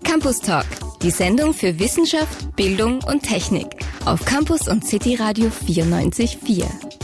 Campus Talk, die Sendung für Wissenschaft, Bildung und Technik auf Campus und City Radio 94.4.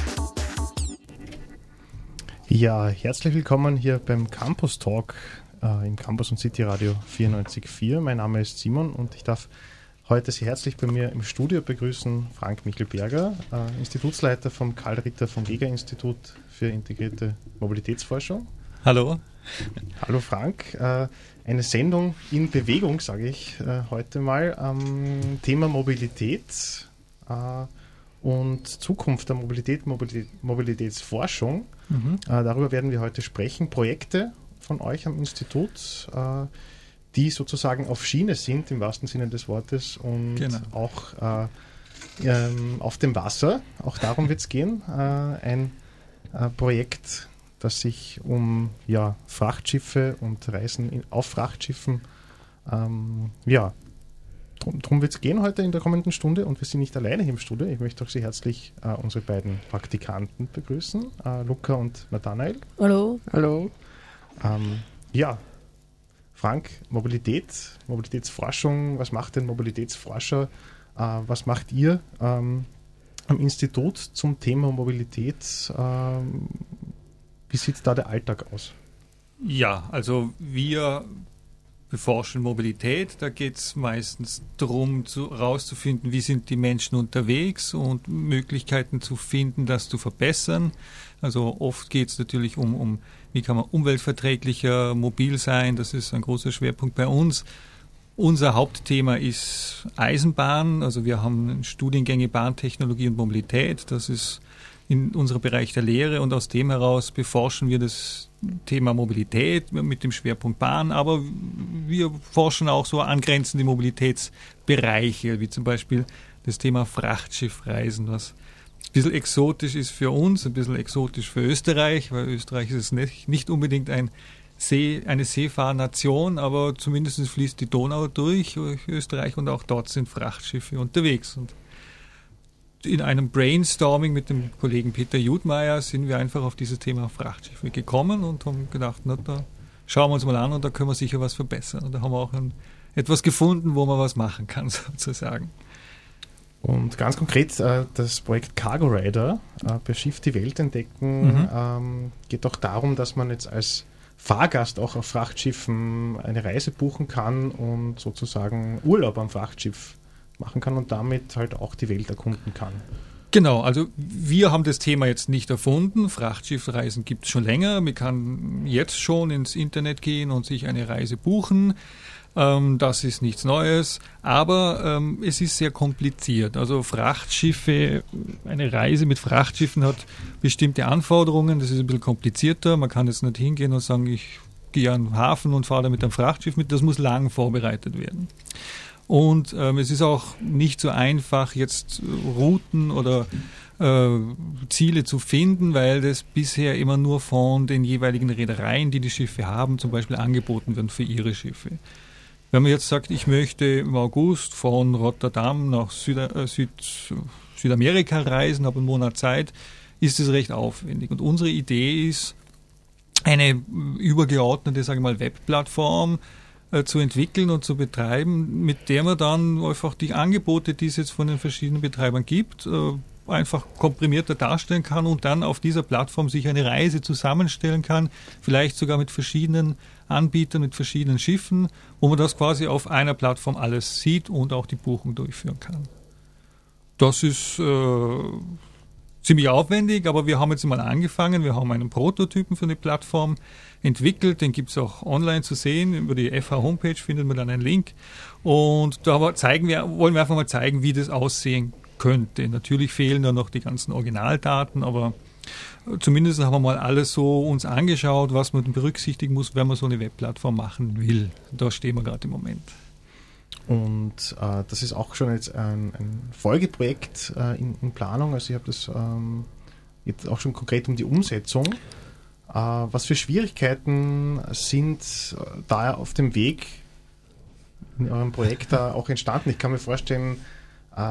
Ja, herzlich willkommen hier beim Campus Talk im Campus und City Radio 94.4. Mein Name ist Simon und ich darf heute sehr herzlich bei mir im Studio begrüßen Frank Michelberger, Institutsleiter vom Karl-Ritter-von-Geger-Institut für integrierte Mobilitätsforschung. Hallo. Hallo Frank. Eine Sendung in Bewegung, sage ich heute mal, Thema Mobilität und Zukunft der Mobilitätsforschung. Darüber werden wir heute sprechen. Projekte von euch am Institut, die sozusagen auf Schiene sind, im wahrsten Sinne des Wortes, und auch auf dem Wasser. Auch darum wird es gehen. Ein Projekt, das sich um Frachtschiffe und Reisen auf Frachtschiffen, drum wird es gehen heute in der kommenden Stunde, und wir sind nicht alleine hier im Studio. Ich möchte auch sehr herzlich unsere beiden Praktikanten begrüßen, Luca und Nathanael. Hallo. Hallo. Frank, Mobilitätsforschung, was macht denn Mobilitätsforscher? Was macht ihr am Institut zum Thema Mobilität? Wie sieht da der Alltag aus? Ja, also wir beforschen Mobilität. Da geht es meistens darum, herauszufinden, wie sind die Menschen unterwegs und Möglichkeiten zu finden, das zu verbessern. Also oft geht es natürlich um wie kann man umweltverträglicher mobil sein. Das ist ein großer Schwerpunkt bei uns. Unser Hauptthema ist Eisenbahn. Also wir haben Studiengänge Bahntechnologie und Mobilität. Das ist in unserem Bereich der Lehre, und aus dem heraus beforschen wir das Thema Mobilität mit dem Schwerpunkt Bahn, aber wir forschen auch so angrenzende Mobilitätsbereiche, wie zum Beispiel das Thema Frachtschiffreisen, was ein bisschen exotisch ist für uns, ein bisschen exotisch für Österreich, weil Österreich ist nicht unbedingt eine Seefahrnation, aber zumindest fließt die Donau durch Österreich, und auch dort sind Frachtschiffe unterwegs. Und in einem Brainstorming mit dem Kollegen Peter Judmeier sind wir einfach auf dieses Thema Frachtschiffe gekommen und haben gedacht, da schauen wir uns mal an, und da können wir sicher was verbessern. Und da haben wir auch etwas gefunden, wo man was machen kann, sozusagen. Und ganz konkret, das Projekt Cargo Rider, per Schiff die Welt entdecken, geht auch darum, dass man jetzt als Fahrgast auch auf Frachtschiffen eine Reise buchen kann und sozusagen Urlaub am Frachtschiff machen kann und damit halt auch die Welt erkunden kann. Genau, also wir haben das Thema jetzt nicht erfunden. Frachtschiffreisen gibt es schon länger. Man kann jetzt schon ins Internet gehen und sich eine Reise buchen. Das ist nichts Neues, aber es ist sehr kompliziert. Also Frachtschiffe, eine Reise mit Frachtschiffen hat bestimmte Anforderungen. Das ist ein bisschen komplizierter. Man kann jetzt nicht hingehen und sagen, ich gehe an den Hafen und fahre da mit einem Frachtschiff mit. Das muss lang vorbereitet werden. Und es ist auch nicht so einfach, jetzt Routen oder Ziele zu finden, weil das bisher immer nur von den jeweiligen Reedereien, die Schiffe haben, zum Beispiel angeboten werden für ihre Schiffe. Wenn man jetzt sagt, ich möchte im August von Rotterdam nach Südamerika reisen, habe einen Monat Zeit, ist es recht aufwendig. Und unsere Idee ist, eine übergeordnete, sage ich mal, Webplattform zu entwickeln und zu betreiben, mit der man dann einfach die Angebote, die es jetzt von den verschiedenen Betreibern gibt, einfach komprimierter darstellen kann und dann auf dieser Plattform sich eine Reise zusammenstellen kann, vielleicht sogar mit verschiedenen Anbietern, mit verschiedenen Schiffen, wo man das quasi auf einer Plattform alles sieht und auch die Buchung durchführen kann. Das ist ziemlich aufwendig, aber wir haben jetzt mal angefangen. Wir haben einen Prototypen für eine Plattform entwickelt, den gibt es auch online zu sehen. Über die FH-Homepage findet man dann einen Link. Und da wollen wir einfach mal zeigen, wie das aussehen könnte. Natürlich fehlen da noch die ganzen Originaldaten, aber zumindest haben wir mal alles so uns angeschaut, was man berücksichtigen muss, wenn man so eine Webplattform machen will. Da stehen wir gerade im Moment. Und das ist auch schon jetzt ein Folgeprojekt in Planung. Also ich habe das jetzt auch schon konkret um die Umsetzung. Was für Schwierigkeiten sind da auf dem Weg in eurem Projekt da auch entstanden? Ich kann mir vorstellen,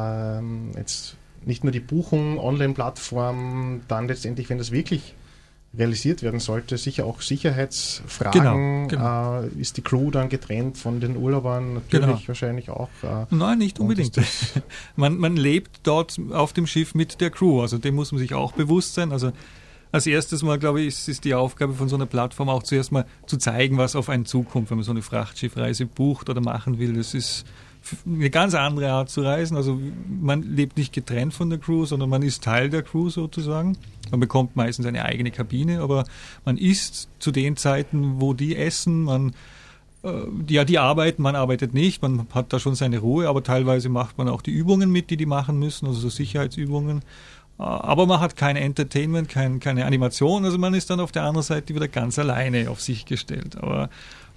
jetzt nicht nur die Buchung, Online-Plattform, dann letztendlich, wenn das wirklich realisiert werden sollte, sicher auch Sicherheitsfragen. Genau. Ist die Crew dann getrennt von den Urlaubern? Natürlich wahrscheinlich auch. Nein, nicht unbedingt. Man lebt dort auf dem Schiff mit der Crew, also dem muss man sich auch bewusst sein. Also als erstes Mal, glaube ich, ist die Aufgabe von so einer Plattform auch zuerst mal zu zeigen, was auf einen zukommt, wenn man so eine Frachtschiffreise bucht oder machen will. Das ist eine ganz andere Art zu reisen. Also man lebt nicht getrennt von der Crew, sondern man ist Teil der Crew sozusagen. Man bekommt meistens eine eigene Kabine, aber man isst zu den Zeiten, wo die essen. Die arbeiten, man arbeitet nicht. Man hat da schon seine Ruhe, aber teilweise macht man auch die Übungen mit, die machen müssen, also so Sicherheitsübungen. Aber man hat kein Entertainment, keine Animation. Also man ist dann auf der anderen Seite wieder ganz alleine auf sich gestellt. Aber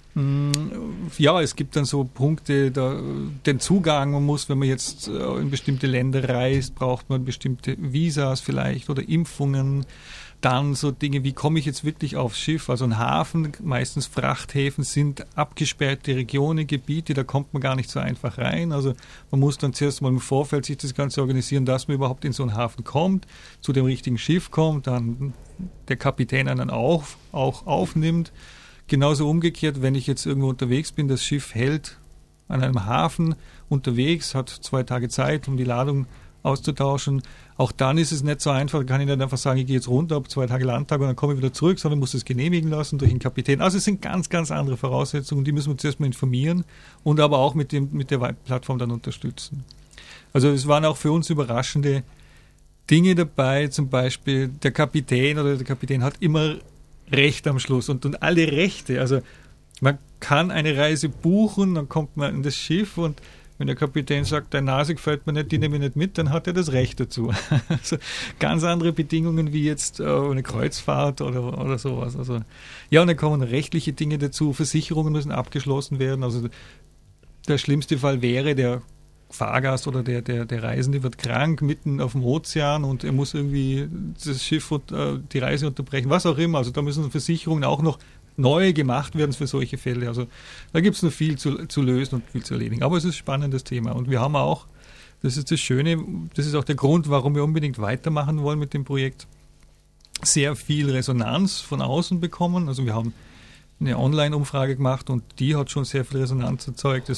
ja, es gibt dann so Punkte, den Zugang, man muss, wenn man jetzt in bestimmte Länder reist, braucht man bestimmte Visas vielleicht oder Impfungen. Dann so Dinge, wie komme ich jetzt wirklich aufs Schiff? Also ein Hafen, meistens Frachthäfen sind abgesperrte Regionen, Gebiete, da kommt man gar nicht so einfach rein. Also man muss dann zuerst mal im Vorfeld sich das Ganze organisieren, dass man überhaupt in so einen Hafen kommt, zu dem richtigen Schiff kommt, dann der Kapitän einen auch aufnimmt. Genauso umgekehrt, wenn ich jetzt irgendwo unterwegs bin, das Schiff hält an einem Hafen unterwegs, hat 2 Tage Zeit, um die Ladung auszutauschen. Auch dann ist es nicht so einfach, kann ich nicht einfach sagen, ich gehe jetzt runter, habe 2 Tage Landtag und dann komme ich wieder zurück, sondern muss es genehmigen lassen durch einen Kapitän. Also es sind ganz, ganz andere Voraussetzungen, die müssen wir zuerst mal informieren und aber auch mit der Plattform dann unterstützen. Also es waren auch für uns überraschende Dinge dabei, zum Beispiel der Kapitän hat immer Recht am Schluss und alle Rechte. Also man kann eine Reise buchen, dann kommt man in das Schiff und wenn der Kapitän sagt, deine Nase gefällt mir nicht, die nehme ich nicht mit, dann hat er das Recht dazu. Also ganz andere Bedingungen wie jetzt eine Kreuzfahrt oder sowas. Also, ja, und dann kommen rechtliche Dinge dazu, Versicherungen müssen abgeschlossen werden. Also der schlimmste Fall wäre, der Fahrgast oder der Reisende wird krank mitten auf dem Ozean und er muss irgendwie das Schiff und die Reise unterbrechen, was auch immer. Also da müssen Versicherungen auch noch neu gemacht werden für solche Fälle. Also da gibt es noch viel zu lösen und viel zu erledigen. Aber es ist ein spannendes Thema. Und wir haben auch, das ist das Schöne, das ist auch der Grund, warum wir unbedingt weitermachen wollen mit dem Projekt, sehr viel Resonanz von außen bekommen. Also wir haben eine Online-Umfrage gemacht und die hat schon sehr viel Resonanz erzeugt.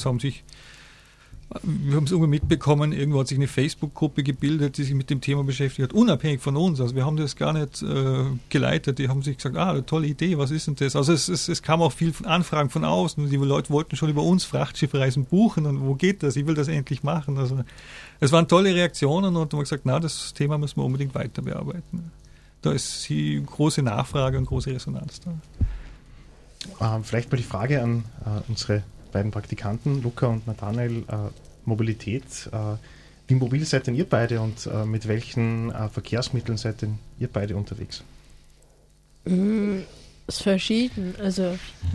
Wir haben es irgendwie mitbekommen, irgendwo hat sich eine Facebook-Gruppe gebildet, die sich mit dem Thema beschäftigt hat, unabhängig von uns. Also wir haben das gar nicht geleitet. Die haben sich gesagt, eine tolle Idee, was ist denn das? Also es kam auch viel Anfragen von außen. Die Leute wollten schon über uns Frachtschiffreisen buchen und wo geht das? Ich will das endlich machen. Also es waren tolle Reaktionen und haben gesagt, das Thema müssen wir unbedingt weiter bearbeiten. Da ist die große Nachfrage und große Resonanz da. Vielleicht mal die Frage an unsere beiden Praktikanten, Luca und Nathanael, Mobilität. Wie mobil seid denn ihr beide und mit welchen Verkehrsmitteln seid denn ihr beide unterwegs? Es ist verschieden. Also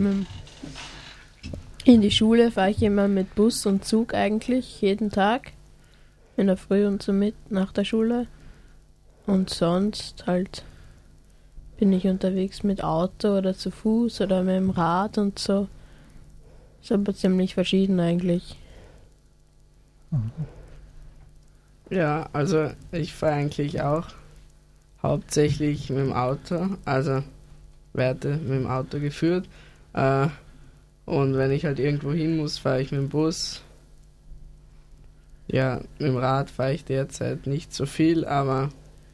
in die Schule fahre ich immer mit Bus und Zug eigentlich, jeden Tag. In der Früh und so nach der Schule. Und sonst halt bin ich unterwegs mit Auto oder zu Fuß oder mit dem Rad und so. Ist aber ziemlich verschieden eigentlich. Ja, also ich fahre eigentlich auch hauptsächlich mit dem Auto, also werde mit dem Auto geführt. Und wenn ich halt irgendwo hin muss, fahre ich mit dem Bus. Ja, mit dem Rad fahre ich derzeit nicht so viel, aber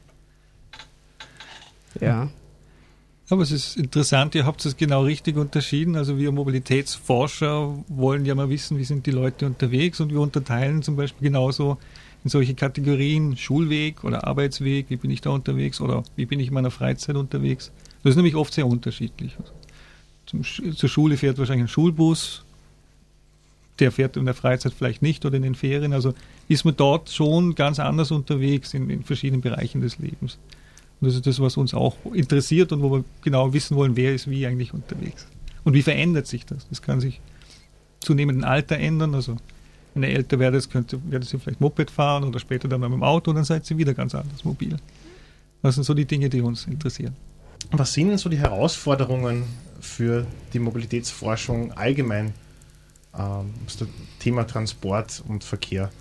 ja. Aber es ist interessant, ihr habt es genau richtig unterschieden. Also wir Mobilitätsforscher wollen ja mal wissen, wie sind die Leute unterwegs und wir unterteilen zum Beispiel genauso in solche Kategorien Schulweg oder Arbeitsweg, wie bin ich da unterwegs oder wie bin ich in meiner Freizeit unterwegs. Das ist nämlich oft sehr unterschiedlich. Also zur Schule fährt wahrscheinlich ein Schulbus, der fährt in der Freizeit vielleicht nicht oder in den Ferien. Also ist man dort schon ganz anders unterwegs in verschiedenen Bereichen des Lebens. Und das ist das, was uns auch interessiert und wo wir genau wissen wollen, wer ist wie eigentlich unterwegs. Und wie verändert sich das? Das kann sich zunehmend im Alter ändern. Also wenn ihr älter werdet, werdet ihr vielleicht Moped fahren oder später dann mit dem Auto, dann seid ihr wieder ganz anders mobil. Das sind so die Dinge, die uns interessieren. Was sind denn so die Herausforderungen für die Mobilitätsforschung allgemein? Das Thema Transport und Verkehr.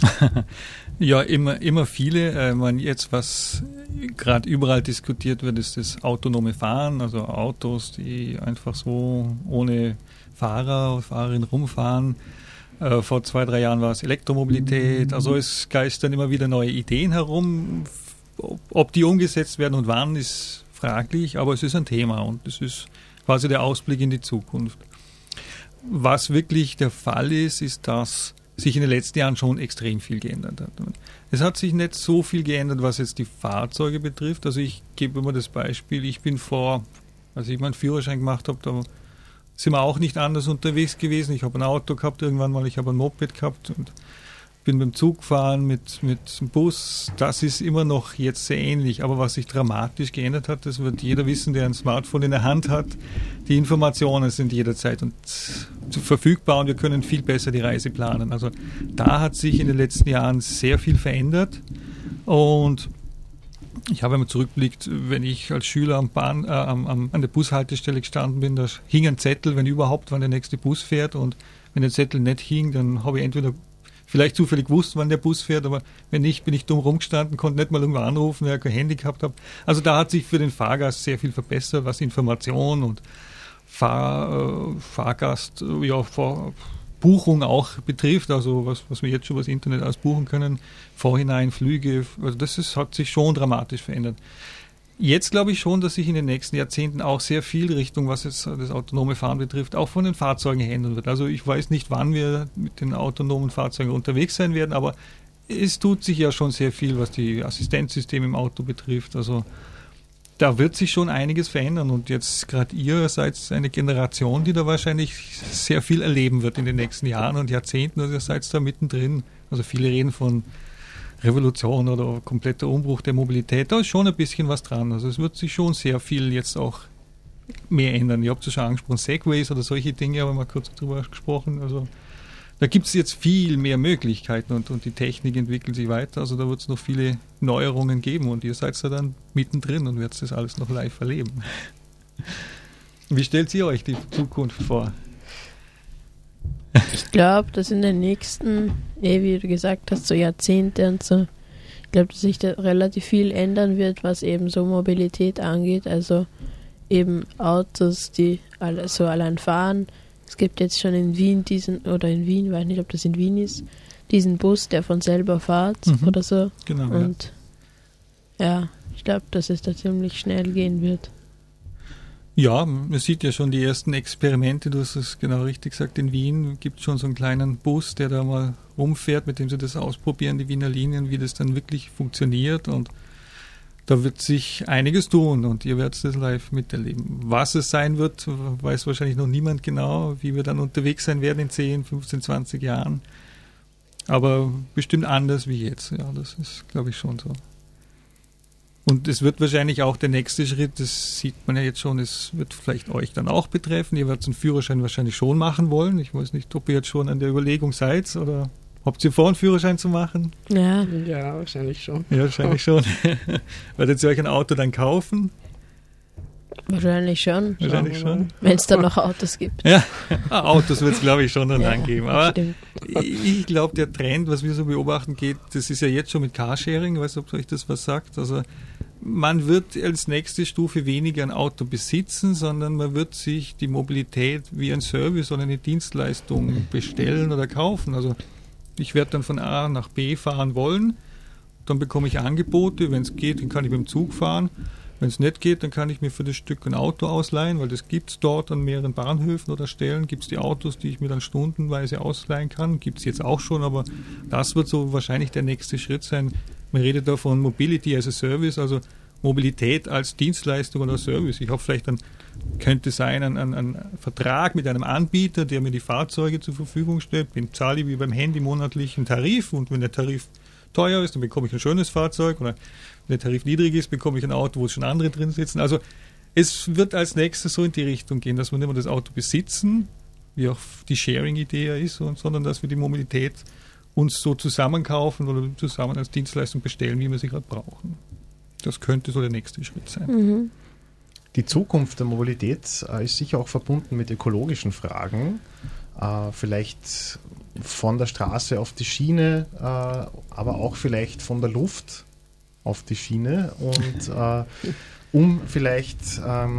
Ja, immer viele. Jetzt, was gerade überall diskutiert wird, ist das autonome Fahren, also Autos, die einfach so ohne Fahrer oder Fahrerin rumfahren. Vor 2-3 Jahren war es Elektromobilität. Also es geistern immer wieder neue Ideen herum. Ob die umgesetzt werden und wann, ist fraglich, aber es ist ein Thema und es ist quasi der Ausblick in die Zukunft. Was wirklich der Fall ist, dass sich in den letzten Jahren schon extrem viel geändert hat. Es hat sich nicht so viel geändert, was jetzt die Fahrzeuge betrifft. Also ich gebe immer das Beispiel, ich bin als ich meinen Führerschein gemacht habe, da sind wir auch nicht anders unterwegs gewesen. Ich habe ein Auto gehabt irgendwann mal, ich habe ein Moped gehabt und bin mit dem Zug gefahren, mit dem Bus. Das ist immer noch jetzt sehr ähnlich. Aber was sich dramatisch geändert hat, das wird jeder wissen, der ein Smartphone in der Hand hat. Die Informationen sind jederzeit verfügbar und wir können viel besser die Reise planen. Also da hat sich in den letzten Jahren sehr viel verändert. Und ich habe einmal zurückblickt, wenn ich als Schüler an der Bushaltestelle gestanden bin, da hing ein Zettel, wenn überhaupt, wann der nächste Bus fährt. Und wenn der Zettel nicht hing, dann habe ich entweder vielleicht zufällig gewusst, wann der Bus fährt, aber wenn nicht, bin ich dumm rumgestanden, konnte nicht mal irgendwo anrufen, weil ich kein Handy gehabt habe. Also da hat sich für den Fahrgast sehr viel verbessert, was Information und Fahrgast, Buchung auch betrifft, also was wir jetzt schon über das Internet ausbuchen können, vorhinein Flüge, also hat sich schon dramatisch verändert. Jetzt glaube ich schon, dass sich in den nächsten Jahrzehnten auch sehr viel Richtung, was jetzt das autonome Fahren betrifft, auch von den Fahrzeugen her ändern wird. Also ich weiß nicht, wann wir mit den autonomen Fahrzeugen unterwegs sein werden, aber es tut sich ja schon sehr viel, was die Assistenzsysteme im Auto betrifft. Also da wird sich schon einiges verändern und jetzt gerade ihr seid eine Generation, die da wahrscheinlich sehr viel erleben wird in den nächsten Jahren und Jahrzehnten. Also ihr seid da mittendrin. Also viele reden von Revolution oder kompletter Umbruch der Mobilität, da ist schon ein bisschen was dran. Also es wird sich schon sehr viel jetzt auch mehr ändern. Ihr habt es schon angesprochen, Segways oder solche Dinge, haben wir mal kurz drüber gesprochen. Also da gibt es jetzt viel mehr Möglichkeiten und die Technik entwickelt sich weiter. Also da wird es noch viele Neuerungen geben und ihr seid da dann mittendrin und werdet das alles noch live erleben. Wie stellt ihr euch die Zukunft vor? Ich glaube, dass in den nächsten, wie du gesagt hast, so Jahrzehnte und so, ich glaube, dass sich da relativ viel ändern wird, was eben so Mobilität angeht. Also eben Autos, die alle so allein fahren. Es gibt jetzt schon in Wien ich weiß nicht, ob das in Wien ist, diesen Bus, der von selber fährt oder so. Genau. Und ja, ich glaube, dass es da ziemlich schnell gehen wird. Ja, man sieht ja schon die ersten Experimente, du hast es genau richtig gesagt, in Wien gibt es schon so einen kleinen Bus, der da mal rumfährt, mit dem sie das ausprobieren, die Wiener Linien, wie das dann wirklich funktioniert und da wird sich einiges tun und ihr werdet das live miterleben. Was es sein wird, weiß wahrscheinlich noch niemand genau, wie wir dann unterwegs sein werden in 10, 15, 20 Jahren, aber bestimmt anders wie jetzt, ja, das ist, glaube ich, schon so. Und es wird wahrscheinlich auch der nächste Schritt, das sieht man ja jetzt schon, es wird vielleicht euch dann auch betreffen. Ihr werdet einen Führerschein wahrscheinlich schon machen wollen. Ich weiß nicht, ob ihr jetzt schon an der Überlegung seid oder habt ihr vor, einen Führerschein zu machen? Ja, wahrscheinlich schon. Ja, wahrscheinlich schon. Werdet ihr euch ein Auto dann kaufen? Wahrscheinlich schon. Wahrscheinlich schon. Wenn es dann noch Autos gibt. Ja, Autos wird es, glaube ich, schon noch lang geben. Aber stimmt. ich glaube, der Trend, was wir so beobachten geht, das ist ja jetzt schon mit Carsharing, ich weiß nicht, ob euch das was sagt. Also man wird als nächste Stufe weniger ein Auto besitzen, sondern man wird sich die Mobilität wie ein Service oder eine Dienstleistung bestellen oder kaufen. Also ich werde dann von A nach B fahren wollen, dann bekomme ich Angebote, wenn es geht, dann kann ich mit dem Zug fahren. Wenn es nicht geht, dann kann ich mir für das Stück ein Auto ausleihen, weil das gibt es dort an mehreren Bahnhöfen oder Stellen, gibt es die Autos, die ich mir dann stundenweise ausleihen kann, gibt es jetzt auch schon, aber das wird so wahrscheinlich der nächste Schritt sein. Man redet da von Mobility as a Service, also Mobilität als Dienstleistung oder Service. Ich habe vielleicht könnte sein, ein Vertrag mit einem Anbieter, der mir die Fahrzeuge zur Verfügung stellt, zahle ich wie beim Handy monatlich einen Tarif und wenn der Tarif teuer ist, dann bekomme ich ein schönes Fahrzeug oder wenn der Tarif niedrig ist, bekomme ich ein Auto, wo schon andere drin sitzen. Also es wird als nächstes so in die Richtung gehen, dass wir nicht mehr das Auto besitzen, wie auch die Sharing-Idee ja ist, sondern dass wir die Mobilität uns so zusammenkaufen oder zusammen als Dienstleistung bestellen, wie wir sie gerade brauchen. Das könnte so der nächste Schritt sein. Mhm. Die Zukunft der Mobilität ist sicher auch verbunden mit ökologischen Fragen. Vielleicht von der Straße auf die Schiene, aber auch vielleicht von der Luft auf die Schiene und um vielleicht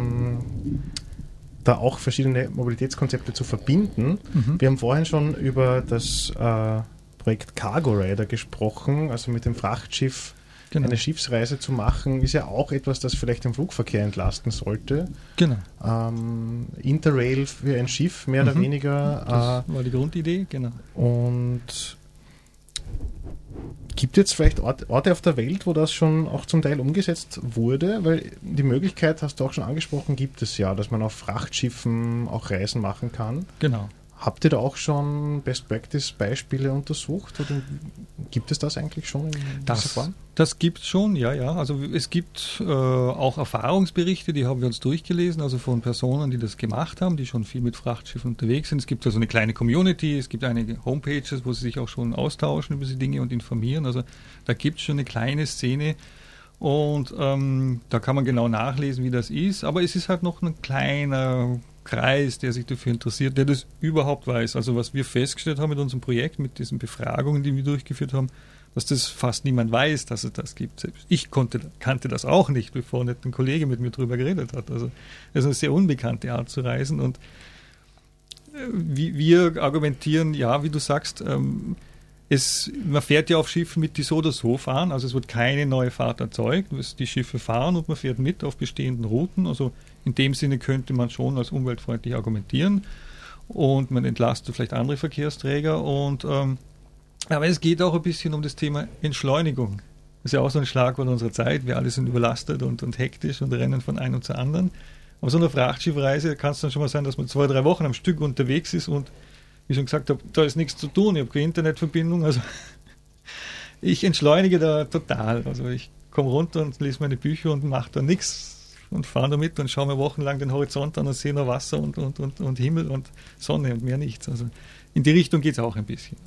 da auch verschiedene Mobilitätskonzepte zu verbinden. Wir haben vorhin schon über das Projekt Cargo Rider gesprochen, also mit dem Frachtschiff eine Schiffsreise zu machen, ist ja auch etwas, das vielleicht den Flugverkehr entlasten sollte. Genau. Interrail für ein Schiff, mehr oder weniger. Das war die Grundidee, genau. Und gibt es jetzt vielleicht Orte auf der Welt, wo das schon auch zum Teil umgesetzt wurde? Weil die Möglichkeit, hast du auch schon angesprochen, gibt es ja, dass man auf Frachtschiffen auch Reisen machen kann. Genau. Habt ihr da auch schon Best-Practice-Beispiele untersucht? Oder gibt es das eigentlich schon in dieser Form? Das gibt es schon, ja. Also es gibt auch Erfahrungsberichte, die haben wir uns durchgelesen, also von Personen, die das gemacht haben, die schon viel mit Frachtschiffen unterwegs sind. Es gibt also eine kleine Community, es gibt einige Homepages, wo sie sich auch schon austauschen über diese Dinge und informieren. Also da gibt es schon eine kleine Szene und da kann man genau nachlesen, wie das ist. Aber es ist halt noch ein kleiner Kreis, der sich dafür interessiert, der das überhaupt weiß. Also was wir festgestellt haben mit unserem Projekt, mit diesen Befragungen, die wir durchgeführt haben, dass das fast niemand weiß, dass es das gibt. Selbst ich kannte das auch nicht, bevor nicht ein Kollege mit mir drüber geredet hat. Also das ist eine sehr unbekannte Art zu reisen und wir argumentieren, ja, wie du sagst, man fährt ja auf Schiffen mit, die so oder so fahren, also es wird keine neue Fahrt erzeugt, die Schiffe fahren und man fährt mit auf bestehenden Routen, also in dem Sinne könnte man schon als umweltfreundlich argumentieren und man entlastet vielleicht andere Verkehrsträger aber es geht auch ein bisschen um das Thema Entschleunigung. Das ist ja auch so ein Schlagwort unserer Zeit, wir alle sind überlastet und hektisch und rennen von einem zur anderen. Aber so eine Frachtschiffreise kann es dann schon mal sein, dass man 2-3 Wochen am Stück unterwegs ist und wie ich schon gesagt habe, da ist nichts zu tun, ich habe keine Internetverbindung, also ich entschleunige da total. Also ich komme runter und lese meine Bücher und mache da nichts und fahre da mit und schaue mir wochenlang den Horizont an und sehe nur Wasser und Himmel und Sonne und mehr nichts. Also in die Richtung geht es auch ein bisschen.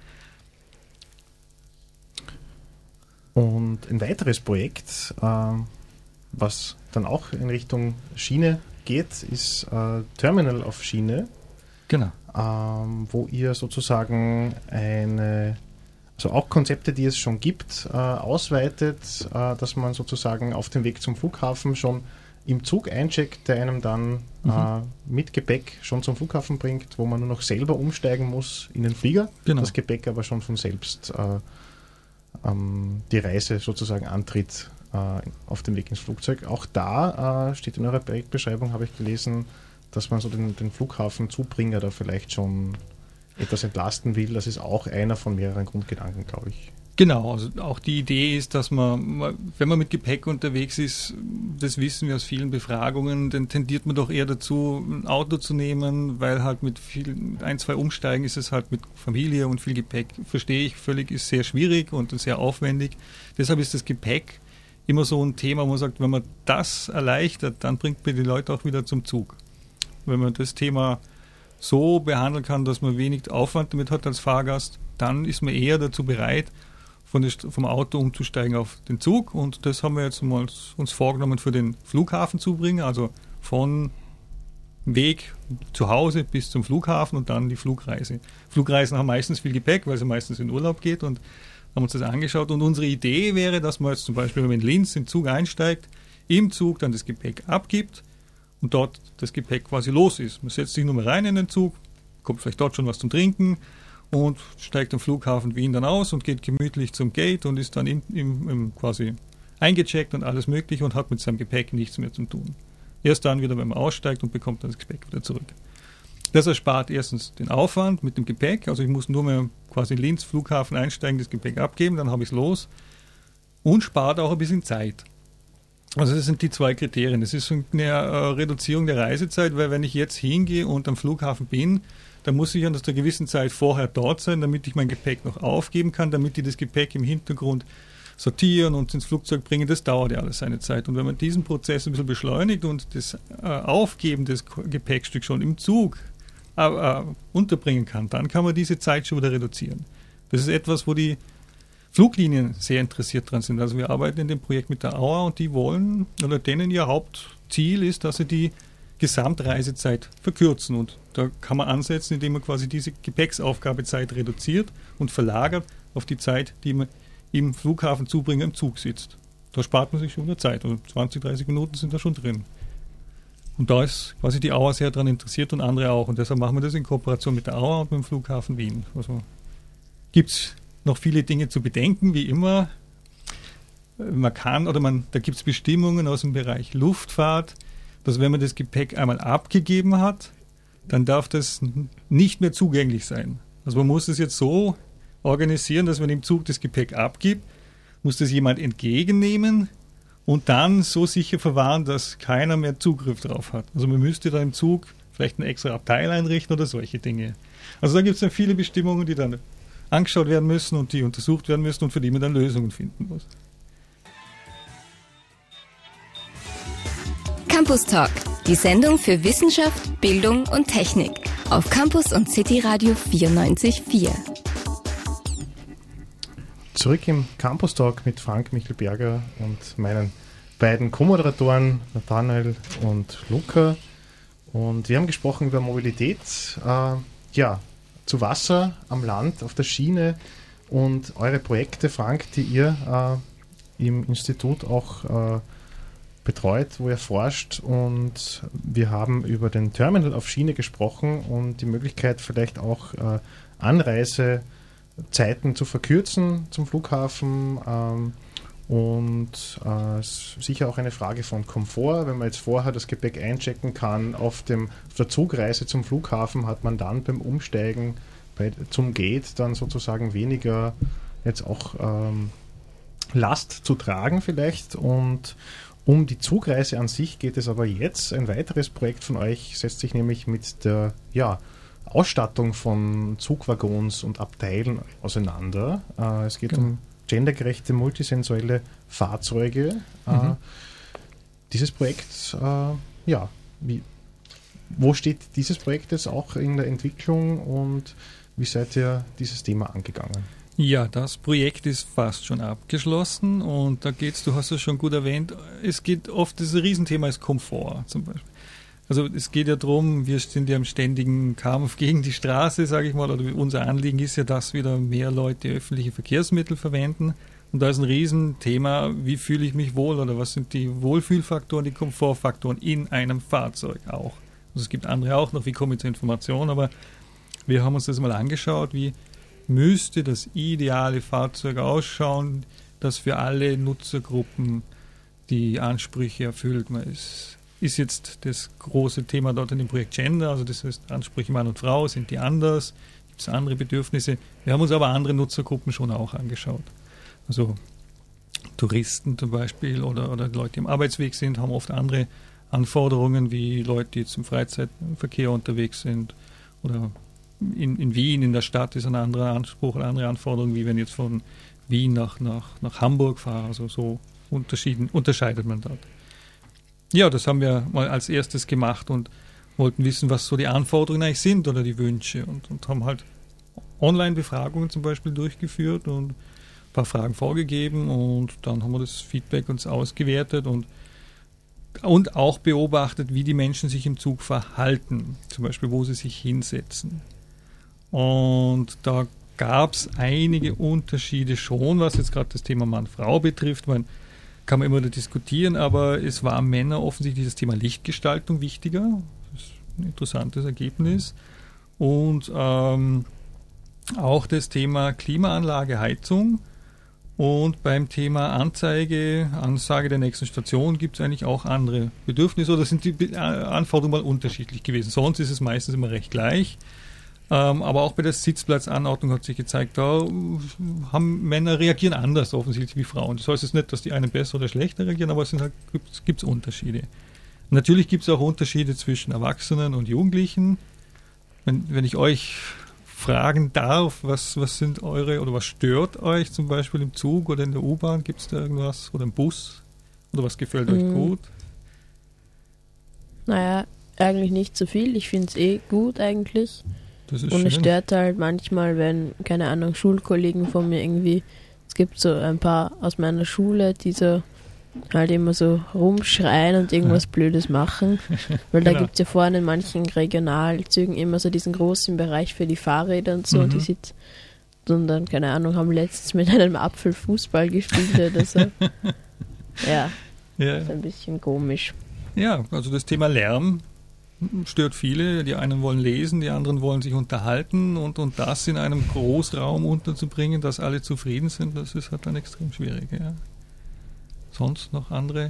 Und ein weiteres Projekt, was dann auch in Richtung Schiene geht, ist Terminal auf Schiene. Genau. Wo ihr sozusagen also auch Konzepte, die es schon gibt, ausweitet, dass man sozusagen auf dem Weg zum Flughafen schon im Zug eincheckt, der einem dann mit Gepäck schon zum Flughafen bringt, wo man nur noch selber umsteigen muss in den Flieger, das Gepäck aber schon von selbst die Reise sozusagen antritt auf dem Weg ins Flugzeug. Auch da steht in eurer Projektbeschreibung, habe ich gelesen, dass man so den Flughafenzubringer da vielleicht schon etwas entlasten will. Das ist auch einer von mehreren Grundgedanken, glaube ich. Genau, also auch die Idee ist, dass man, wenn man mit Gepäck unterwegs ist, das wissen wir aus vielen Befragungen, dann tendiert man doch eher dazu, ein Auto zu nehmen, weil halt mit 1-2 Umsteigen ist es halt mit Familie und viel Gepäck, verstehe ich völlig, ist sehr schwierig und sehr aufwendig. Deshalb ist das Gepäck immer so ein Thema, wo man sagt, wenn man das erleichtert, dann bringt man die Leute auch wieder zum Zug. Wenn man das Thema so behandeln kann, dass man wenig Aufwand damit hat als Fahrgast, dann ist man eher dazu bereit, vom Auto umzusteigen auf den Zug. Und das haben wir jetzt mal uns vorgenommen für den Flughafenzubringer, also von Weg zu Hause bis zum Flughafen und dann die Flugreise. Flugreisen haben meistens viel Gepäck, weil es meistens in Urlaub geht und haben uns das angeschaut. Und unsere Idee wäre, dass man jetzt zum Beispiel, wenn man in Linz in den Zug einsteigt, im Zug dann das Gepäck abgibt und dort das Gepäck quasi los ist. Man setzt sich nur mal rein in den Zug, kommt vielleicht dort schon was zum Trinken und steigt am Flughafen Wien dann aus und geht gemütlich zum Gate und ist dann quasi eingecheckt und alles mögliche und hat mit seinem Gepäck nichts mehr zu tun. Erst dann wieder, wenn man aussteigt und bekommt dann das Gepäck wieder zurück. Das erspart erstens den Aufwand mit dem Gepäck, also ich muss nur mehr quasi in Linz Flughafen einsteigen, das Gepäck abgeben, dann habe ich es los und spart auch ein bisschen Zeit. Also das sind die 2 Kriterien. Das ist eine Reduzierung der Reisezeit, weil wenn ich jetzt hingehe und am Flughafen bin, dann muss ich an einer gewissen Zeit vorher dort sein, damit ich mein Gepäck noch aufgeben kann, damit die das Gepäck im Hintergrund sortieren und ins Flugzeug bringen. Das dauert ja alles seine Zeit. Und wenn man diesen Prozess ein bisschen beschleunigt und das Aufgeben des Gepäckstücks schon im Zug unterbringen kann, dann kann man diese Zeit schon wieder reduzieren. Das ist etwas, wo die Fluglinien sehr interessiert dran sind. Also wir arbeiten in dem Projekt mit der Auer und die wollen, oder denen ihr Hauptziel ist, dass sie die Gesamtreisezeit verkürzen. Und da kann man ansetzen, indem man quasi diese Gepäcksaufgabezeit reduziert und verlagert auf die Zeit, die man im Flughafenzubringer im Zug sitzt. Da spart man sich schon wieder Zeit. Also 20, 30 Minuten sind da schon drin. Und da ist quasi die Auer sehr daran interessiert und andere auch. Und deshalb machen wir das in Kooperation mit der Auer und mit dem Flughafen Wien. Also gibt es noch viele Dinge zu bedenken, wie immer. Da gibt es Bestimmungen aus dem Bereich Luftfahrt, dass wenn man das Gepäck einmal abgegeben hat, dann darf das nicht mehr zugänglich sein. Also man muss es jetzt so organisieren, dass wenn im Zug das Gepäck abgibt, muss das jemand entgegennehmen und dann so sicher verwahren, dass keiner mehr Zugriff drauf hat. Also man müsste da im Zug vielleicht ein extra Abteil einrichten oder solche Dinge. Also da gibt es dann viele Bestimmungen, die dann angeschaut werden müssen und die untersucht werden müssen und für die man dann Lösungen finden muss. Campus Talk, die Sendung für Wissenschaft, Bildung und Technik auf Campus und City Radio 94.4. Zurück im Campus Talk mit Frank Michelberger und meinen beiden Co-Moderatoren Nathanael und Luca. Und wir haben gesprochen über Mobilität, zu Wasser, am Land, auf der Schiene und eure Projekte, Frank, die ihr im Institut auch betreut, wo ihr forscht. Und wir haben über den Terminal auf Schiene gesprochen und die Möglichkeit vielleicht auch Anreisezeiten zu verkürzen zum Flughafen und sicher auch eine Frage von Komfort. Wenn man jetzt vorher das Gepäck einchecken kann auf der Zugreise zum Flughafen, hat man dann beim Umsteigen zum Gate dann sozusagen weniger jetzt auch Last zu tragen vielleicht. Und um die Zugreise an sich geht es aber jetzt. Ein weiteres Projekt von euch setzt sich nämlich mit der Ausstattung von Zugwaggons und Abteilen auseinander. Es geht um gendergerechte, multisensuelle Fahrzeuge. Dieses Projekt, wo steht dieses Projekt jetzt auch in der Entwicklung und wie seid ihr dieses Thema angegangen? Ja, das Projekt ist fast schon abgeschlossen und da geht's, du hast es schon gut erwähnt, es geht oft, das Riesenthema ist Komfort zum Beispiel. Also es geht ja darum, wir sind ja im ständigen Kampf gegen die Straße, sage ich mal, oder unser Anliegen ist ja, dass wieder mehr Leute öffentliche Verkehrsmittel verwenden. Und da ist ein Riesenthema, wie fühle ich mich wohl oder was sind die Wohlfühlfaktoren, die Komfortfaktoren in einem Fahrzeug auch. Also es gibt andere auch noch, wie komme ich zur Information, aber wir haben uns das mal angeschaut, wie müsste das ideale Fahrzeug ausschauen, das für alle Nutzergruppen die Ansprüche erfüllt. Man ist jetzt das große Thema dort in dem Projekt Gender, also das heißt Ansprüche Mann und Frau, sind die anders, gibt es andere Bedürfnisse. Wir haben uns aber andere Nutzergruppen schon auch angeschaut. Also Touristen zum Beispiel oder Leute, die im Arbeitsweg sind, haben oft andere Anforderungen wie Leute, die jetzt im Freizeitverkehr unterwegs sind oder in Wien, in der Stadt ist ein anderer Anspruch, eine andere Anforderung, wie wenn ich jetzt von Wien nach Hamburg fahre. Also so unterscheidet man dort. Ja, das haben wir mal als erstes gemacht und wollten wissen, was so die Anforderungen eigentlich sind oder die Wünsche und haben halt Online-Befragungen zum Beispiel durchgeführt und ein paar Fragen vorgegeben und dann haben wir das Feedback uns ausgewertet und auch beobachtet, wie die Menschen sich im Zug verhalten, zum Beispiel, wo sie sich hinsetzen. Und da gab es einige Unterschiede schon, was jetzt gerade das Thema Mann-Frau betrifft. Man kann immer da diskutieren, aber es war Männer offensichtlich das Thema Lichtgestaltung wichtiger. Das ist ein interessantes Ergebnis. Und auch das Thema Klimaanlage, Heizung. Und beim Thema Ansage der nächsten Station gibt es eigentlich auch andere Bedürfnisse oder sind die Anforderungen mal unterschiedlich gewesen. Sonst ist es meistens immer recht gleich. Aber auch bei der Sitzplatzanordnung hat sich gezeigt, da haben Männer reagieren anders offensichtlich wie Frauen. Das heißt jetzt nicht, dass die einen besser oder schlechter reagieren, aber es gibt Unterschiede. Natürlich gibt es auch Unterschiede zwischen Erwachsenen und Jugendlichen. Wenn ich euch fragen darf, was sind eure oder was stört euch zum Beispiel im Zug oder in der U-Bahn? Gibt es da irgendwas oder im Bus? Oder was gefällt euch gut? Naja, eigentlich nicht so viel. Ich finde es gut eigentlich. Das ist und schön. Es stört halt manchmal, wenn, keine Ahnung, Schulkollegen von mir irgendwie, es gibt so ein paar aus meiner Schule, die so halt immer so rumschreien und irgendwas Blödes machen. Weil da gibt es ja vorne in manchen Regionalzügen immer so diesen großen Bereich für die Fahrräder und so. Und die sitzen und dann, keine Ahnung, haben letztens mit einem Apfel Fußball gespielt oder so. Ja, ist ein bisschen komisch. Ja, also das Thema Lärm stört viele. Die einen wollen lesen, die anderen wollen sich unterhalten und das in einem Großraum unterzubringen, dass alle zufrieden sind, das ist halt dann extrem schwierig. Ja. Sonst noch andere?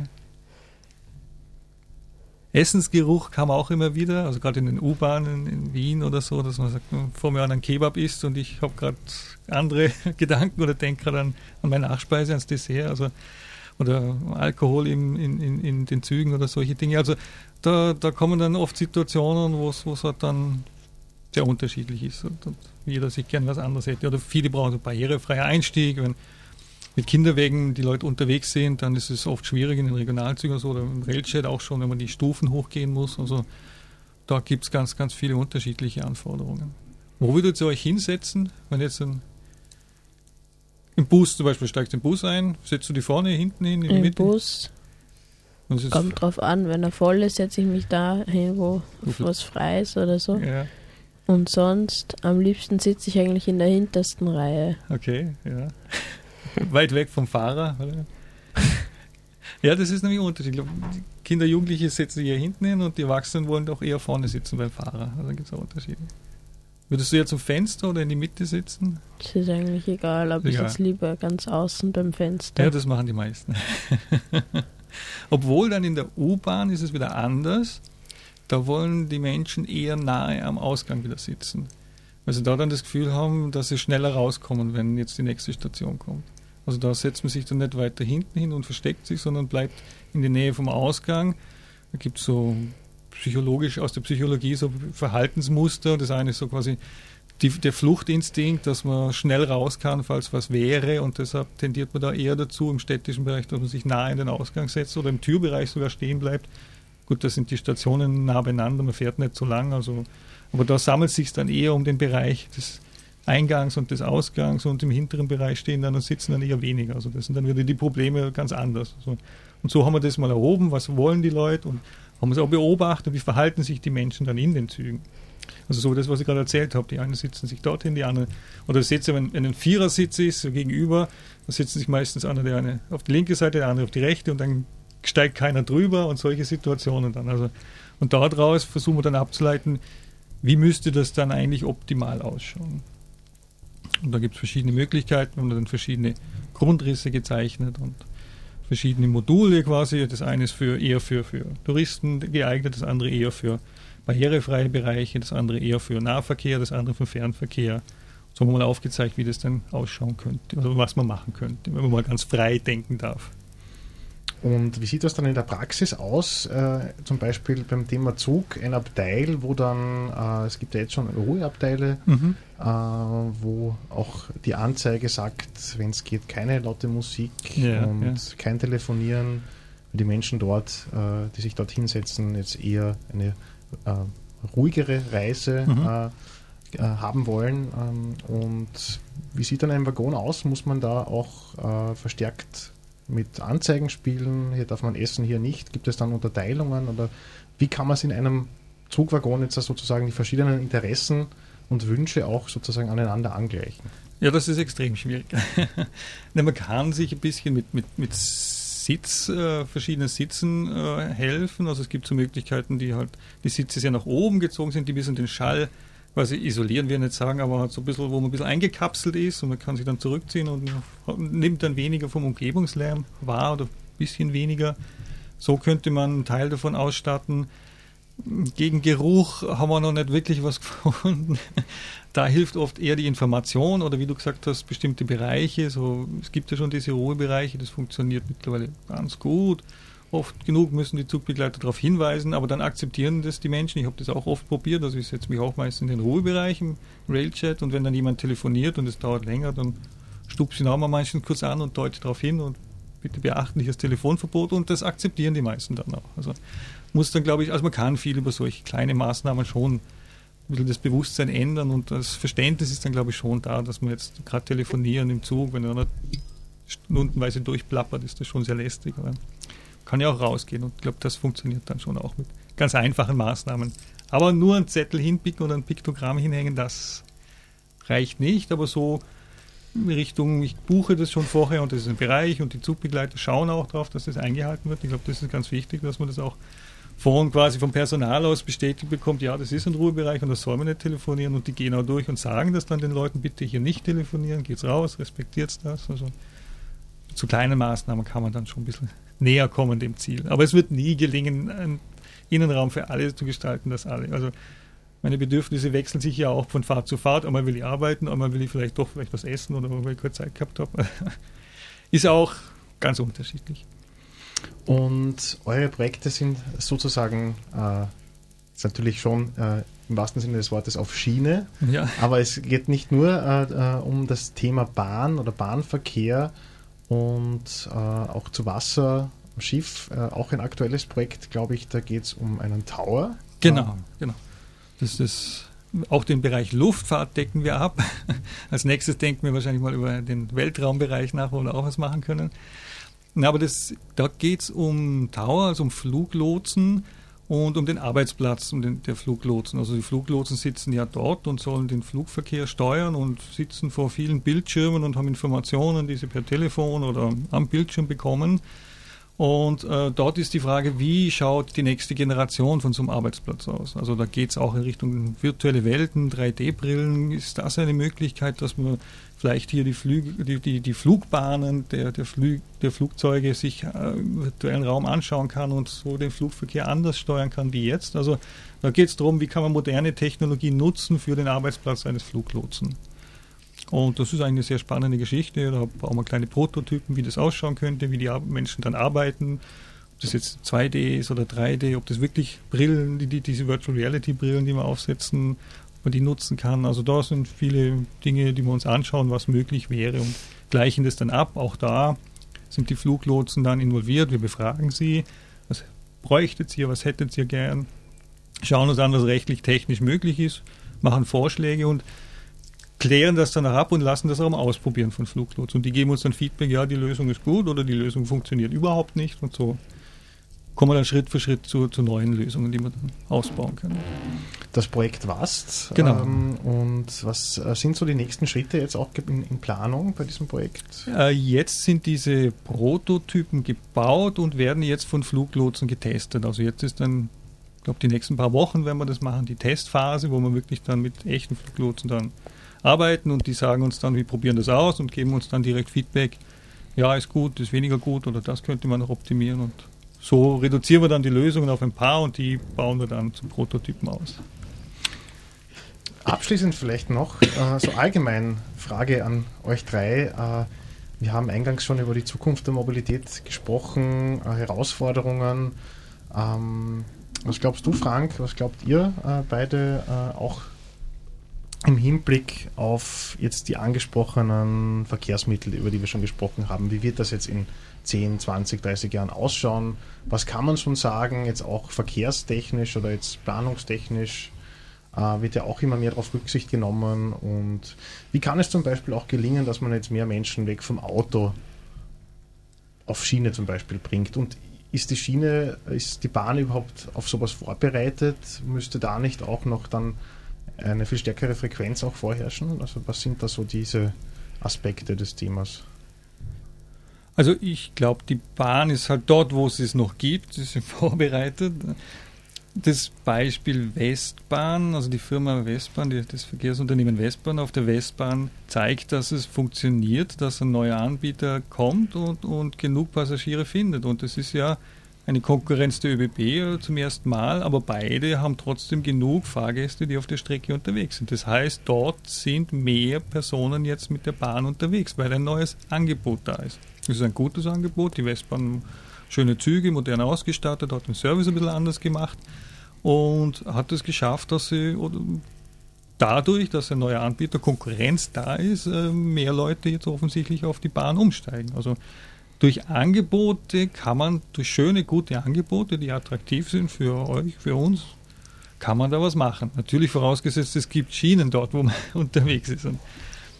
Essensgeruch kam auch immer wieder, also gerade in den U-Bahnen in Wien oder so, dass man sagt, vor mir einen Kebab isst und ich habe gerade andere Gedanken oder denke gerade an meine Nachspeise, ans Dessert, also oder Alkohol in den Zügen oder solche Dinge. Also da kommen dann oft Situationen, wo es halt dann sehr unterschiedlich ist und jeder sich gern was anderes hätte. Oder viele brauchen so barrierefreier Einstieg. Wenn mit Kinderwegen die Leute unterwegs sind, dann ist es oft schwierig in den Regionalzügen oder im Railjet auch schon, wenn man die Stufen hochgehen muss. Also da gibt es ganz, ganz viele unterschiedliche Anforderungen. Wo würdet ihr euch hinsetzen, wenn jetzt im Bus zum Beispiel, steigst du im Bus ein, setzt du die vorne, hinten hin, in die Mitte? Im Bus kommt drauf an, wenn er voll ist, setze ich mich da hin, wo was frei ist oder so. Ja. Und sonst, am liebsten sitze ich eigentlich in der hintersten Reihe. Okay, ja. Weit weg vom Fahrer, oder? Ja, das ist nämlich ein Unterschied. Die Kinder, Jugendliche sitzen hier hinten hin und die Erwachsenen wollen auch eher vorne sitzen beim Fahrer. Also da gibt es auch Unterschiede. Würdest du jetzt zum Fenster oder in die Mitte sitzen? Das ist eigentlich egal, aber ich sitze lieber ganz außen beim Fenster. Ja, das machen die meisten. Obwohl dann in der U-Bahn ist es wieder anders. Da wollen die Menschen eher nahe am Ausgang wieder sitzen. Weil sie da dann das Gefühl haben, dass sie schneller rauskommen, wenn jetzt die nächste Station kommt. Also da setzt man sich dann nicht weiter hinten hin und versteckt sich, sondern bleibt in der Nähe vom Ausgang. Da gibt es so psychologisch aus der Psychologie so Verhaltensmuster. Das eine ist so quasi der Fluchtinstinkt, dass man schnell raus kann, falls was wäre, und deshalb tendiert man da eher dazu im städtischen Bereich, dass man sich nahe in den Ausgang setzt oder im Türbereich sogar stehen bleibt. Gut, da sind die Stationen nah beieinander, man fährt nicht so lang, also, aber da sammelt sich dann eher um den Bereich des Eingangs und des Ausgangs, und im hinteren Bereich stehen dann und sitzen dann eher weniger. Also das sind dann wieder die Probleme ganz anders. Also, und so haben wir das mal erhoben, was wollen die Leute, und haben es auch beobachtet, wie verhalten sich die Menschen dann in den Zügen. Also so das, was ich gerade erzählt habe, die einen sitzen sich dorthin, die anderen, oder wenn ein Vierersitz ist, so gegenüber, da sitzen sich meistens einer, der eine auf die linke Seite, der andere auf die rechte, und dann steigt keiner drüber und solche Situationen dann. Also, und daraus versuchen wir dann abzuleiten, wie müsste das dann eigentlich optimal ausschauen. Und da gibt es verschiedene Möglichkeiten, wir haben dann verschiedene Grundrisse gezeichnet und verschiedene Module quasi. Das eine ist eher für Touristen geeignet, das andere eher für barrierefreie Bereiche, das andere eher für Nahverkehr, das andere für Fernverkehr. So haben wir mal aufgezeigt, wie das dann ausschauen könnte, also was man machen könnte, wenn man mal ganz frei denken darf. Und wie sieht das dann in der Praxis aus? Zum Beispiel beim Thema Zug, ein Abteil, wo dann, es gibt ja jetzt schon Ruheabteile, wo auch die Anzeige sagt, wenn es geht, keine laute Musik und kein Telefonieren. Die Menschen dort, die sich dort hinsetzen, jetzt eher eine ruhigere Reise haben wollen. Und wie sieht dann ein Waggon aus? Muss man da auch verstärkt mit Anzeigen spielen? Hier darf man essen, hier nicht. Gibt es dann Unterteilungen? Oder wie kann man es in einem Zugwaggon jetzt sozusagen die verschiedenen Interessen und Wünsche auch sozusagen aneinander angleichen? Ja, das ist extrem schwierig. Man kann sich ein bisschen mit verschiedenen Sitzen helfen. Also es gibt so Möglichkeiten, die Sitze sehr nach oben gezogen sind, die ein bisschen den Schall quasi isolieren, wir nicht sagen, aber halt so ein bisschen, wo man ein bisschen eingekapselt ist, und man kann sich dann zurückziehen und nimmt dann weniger vom Umgebungslärm wahr oder ein bisschen weniger. So könnte man einen Teil davon ausstatten. Gegen Geruch haben wir noch nicht wirklich was gefunden. Da hilft oft eher die Information oder, wie du gesagt hast, bestimmte Bereiche. So, es gibt ja schon diese Ruhebereiche, das funktioniert mittlerweile ganz gut. Oft genug müssen die Zugbegleiter darauf hinweisen, aber dann akzeptieren das die Menschen. Ich habe das auch oft probiert, also ich setze mich auch meist in den Ruhebereich im Railjet, und wenn dann jemand telefoniert und es dauert länger, dann stupse ich auch mal manchen kurz an und deute darauf hin und bitte beachten nicht das Telefonverbot, und das akzeptieren die meisten dann auch. Also muss dann, glaube ich, also man kann viel über solche kleine Maßnahmen schon ein bisschen das Bewusstsein ändern, und das Verständnis ist dann, glaube ich, schon da, dass man jetzt gerade telefonieren im Zug, wenn einer stundenweise durchplappert, ist das schon sehr lästig. Aber kann ja auch rausgehen und ich glaube, das funktioniert dann schon auch mit ganz einfachen Maßnahmen. Aber nur einen Zettel hinpicken oder ein Piktogramm hinhängen, das reicht nicht, aber so in Richtung, ich buche das schon vorher und das ist ein Bereich und die Zugbegleiter schauen auch darauf, dass das eingehalten wird. Ich glaube, das ist ganz wichtig, dass man das auch quasi vom Personal aus bestätigt bekommt, ja, das ist ein Ruhebereich und das soll man nicht telefonieren und die gehen auch durch und sagen das dann den Leuten, bitte hier nicht telefonieren, geht's raus, respektiert das. Also zu kleinen Maßnahmen kann man dann schon ein bisschen näher kommen dem Ziel. Aber es wird nie gelingen, einen Innenraum für alle zu gestalten, dass alle, also meine Bedürfnisse wechseln sich ja auch von Fahrt zu Fahrt. Einmal will ich arbeiten, einmal will ich vielleicht was essen oder weil ich keine Zeit gehabt habe. Ist auch ganz unterschiedlich. Und eure Projekte sind sozusagen ist natürlich schon im wahrsten Sinne des Wortes auf Schiene, ja. Aber es geht nicht nur um das Thema Bahn oder Bahnverkehr und auch zu Wasser, Schiff, auch ein aktuelles Projekt, glaube ich, da geht es um einen Tower. Genau. Das ist auch den Bereich Luftfahrt decken wir ab. Als nächstes denken wir wahrscheinlich mal über den Weltraumbereich nach, wo wir auch was machen können. Aber da geht es um Tower, also um Fluglotsen und um den Arbeitsplatz der Fluglotsen. Also die Fluglotsen sitzen ja dort und sollen den Flugverkehr steuern und sitzen vor vielen Bildschirmen und haben Informationen, die sie per Telefon oder am Bildschirm bekommen. Und dort ist die Frage, wie schaut die nächste Generation von so einem Arbeitsplatz aus? Also da geht es auch in Richtung virtuelle Welten, 3D-Brillen. Ist das eine Möglichkeit, dass man vielleicht hier die Flugbahnen der Flugzeuge sich im virtuellen Raum anschauen kann und so den Flugverkehr anders steuern kann wie jetzt? Also da geht es darum, wie kann man moderne Technologie nutzen für den Arbeitsplatz eines Fluglotsen. Und das ist eigentlich eine sehr spannende Geschichte. Da bauen wir kleine Prototypen, wie das ausschauen könnte, wie die Menschen dann arbeiten. Ob das jetzt 2D ist oder 3D, ob das wirklich Brillen, diese Virtual Reality Brillen, die wir aufsetzen, ob man die nutzen kann. Also da sind viele Dinge, die wir uns anschauen, was möglich wäre und gleichen das dann ab. Auch da sind die Fluglotsen dann involviert. Wir befragen sie. Was bräuchtet ihr, was hättet ihr gern? Schauen uns an, was rechtlich, technisch möglich ist, machen Vorschläge und klären das dann ab und lassen das auch mal ausprobieren von Fluglotsen. Und die geben uns dann Feedback, ja, die Lösung ist gut oder die Lösung funktioniert überhaupt nicht. Und so kommen wir dann Schritt für Schritt zu neuen Lösungen, die wir dann ausbauen können. Das Projekt WAST. Genau. Und was sind so die nächsten Schritte jetzt auch in Planung bei diesem Projekt? Jetzt sind diese Prototypen gebaut und werden jetzt von Fluglotsen getestet. Also jetzt ist dann, ich glaube, die nächsten paar Wochen werden wir das machen, die Testphase, wo wir wirklich dann mit echten Fluglotsen dann arbeiten und die sagen uns dann, wir probieren das aus und geben uns dann direkt Feedback, ja, ist gut, ist weniger gut oder das könnte man noch optimieren und so reduzieren wir dann die Lösungen auf ein paar und die bauen wir dann zum Prototypen aus. Abschließend vielleicht noch so allgemein Frage an euch drei. Wir haben eingangs schon über die Zukunft der Mobilität gesprochen, Herausforderungen. Was glaubst du, Frank? Was glaubt ihr beide auch im Hinblick auf jetzt die angesprochenen Verkehrsmittel, über die wir schon gesprochen haben? Wie wird das jetzt in 10, 20, 30 Jahren ausschauen? Was kann man schon sagen, jetzt auch verkehrstechnisch oder jetzt planungstechnisch? Wird ja auch immer mehr darauf Rücksicht genommen. Und wie kann es zum Beispiel auch gelingen, dass man jetzt mehr Menschen weg vom Auto auf Schiene zum Beispiel bringt? Und ist die Bahn überhaupt auf sowas vorbereitet? Müsste da nicht auch noch dann eine viel stärkere Frequenz auch vorherrschen? Also was sind da so diese Aspekte des Themas? Also ich glaube, die Bahn ist halt dort, wo es es noch gibt, ist sie vorbereitet. Das Beispiel Westbahn, also die Firma Westbahn, das Verkehrsunternehmen Westbahn auf der Westbahn zeigt, dass es funktioniert, dass ein neuer Anbieter kommt und genug Passagiere findet. Und das ist ja eine Konkurrenz der ÖBB zum ersten Mal, aber beide haben trotzdem genug Fahrgäste, die auf der Strecke unterwegs sind. Das heißt, dort sind mehr Personen jetzt mit der Bahn unterwegs, weil ein neues Angebot da ist. Das ist ein gutes Angebot. Die Westbahn, schöne Züge, modern ausgestattet, hat den Service ein bisschen anders gemacht und hat es geschafft, dass sie dadurch, dass ein neuer Anbieter, Konkurrenz da ist, mehr Leute jetzt offensichtlich auf die Bahn umsteigen. Also durch Angebote kann man, durch schöne, gute Angebote, die attraktiv sind für euch, für uns, kann man da was machen. Natürlich vorausgesetzt, es gibt Schienen dort, wo man unterwegs ist. Und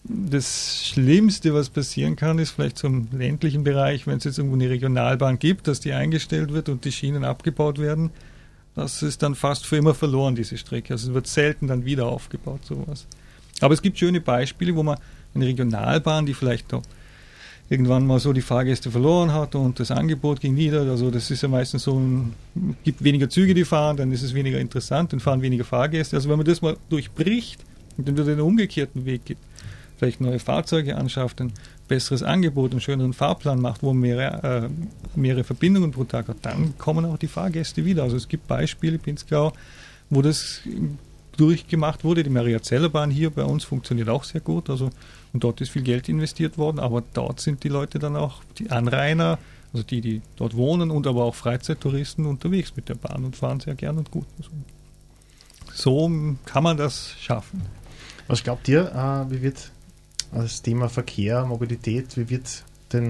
das Schlimmste, was passieren kann, ist vielleicht zum ländlichen Bereich, wenn es jetzt irgendwo eine Regionalbahn gibt, dass die eingestellt wird und die Schienen abgebaut werden. Das ist dann fast für immer verloren, diese Strecke. Also es wird selten dann wieder aufgebaut, sowas. Aber es gibt schöne Beispiele, wo man eine Regionalbahn, die vielleicht noch irgendwann mal so die Fahrgäste verloren hat und das Angebot ging nieder. Also das ist ja meistens so, gibt weniger Züge, die fahren, dann ist es weniger interessant, dann fahren weniger Fahrgäste. Also wenn man das mal durchbricht und dann wieder den umgekehrten Weg geht, vielleicht neue Fahrzeuge anschafft, ein besseres Angebot, einen schöneren Fahrplan macht, wo man mehrere Verbindungen pro Tag hat, dann kommen auch die Fahrgäste wieder. Also es gibt Beispiele, Pinzgau, wo das durchgemacht wurde. Die Mariazellerbahn hier bei uns funktioniert auch sehr gut. Also, und dort ist viel Geld investiert worden, aber dort sind die Leute dann auch, die Anrainer, also die dort wohnen und aber auch Freizeittouristen unterwegs mit der Bahn und fahren sehr gern und gut. Also, so kann man das schaffen. Was glaubt ihr, wie wird das Thema Verkehr, Mobilität, wie wird der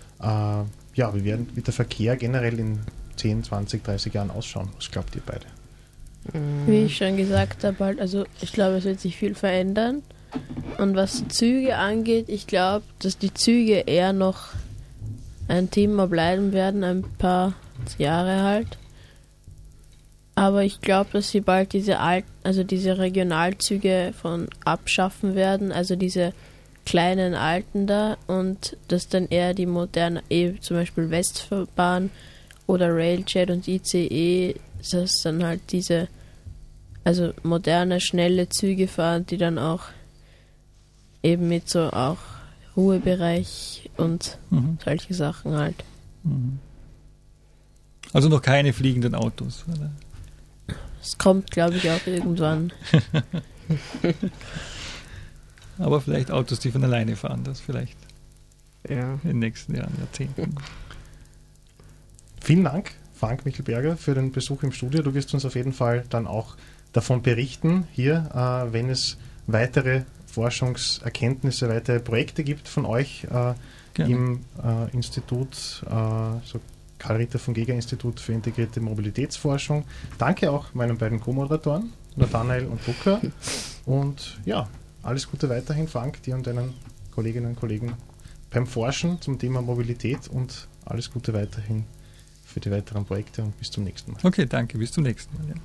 Verkehr generell in 10, 20, 30 Jahren ausschauen? Was glaubt ihr beide? Wie ich schon gesagt habe, also ich glaube, es wird sich viel verändern. Und was die Züge angeht, ich glaube, dass die Züge eher noch ein Thema bleiben werden, ein paar Jahre halt. Aber ich glaube, dass sie bald diese Regionalzüge abschaffen werden, also diese kleinen alten da, und dass dann eher die modernen, zum Beispiel Westbahn oder Railjet und ICE, dass dann halt diese moderne, schnelle Züge fahren, die dann auch eben mit so auch Ruhebereich und solche Sachen halt. Also noch keine fliegenden Autos, oder? Es kommt, glaube ich, auch irgendwann. Aber vielleicht Autos, die von alleine fahren, das vielleicht in den nächsten Jahren, Jahrzehnten. Vielen Dank, Frank Michelberger, für den Besuch im Studio. Du wirst uns auf jeden Fall dann auch davon berichten, hier, wenn es weitere Forschungserkenntnisse, weitere Projekte gibt von euch im Institut, so Karl-Ritter von Geger Institut für integrierte Mobilitätsforschung. Danke auch meinen beiden Co-Moderatoren, Nathanael und Luca. Und ja, alles Gute weiterhin, Frank, dir und deinen Kolleginnen und Kollegen beim Forschen zum Thema Mobilität und alles Gute weiterhin für die weiteren Projekte und bis zum nächsten Mal. Okay, danke, bis zum nächsten Mal. Ja.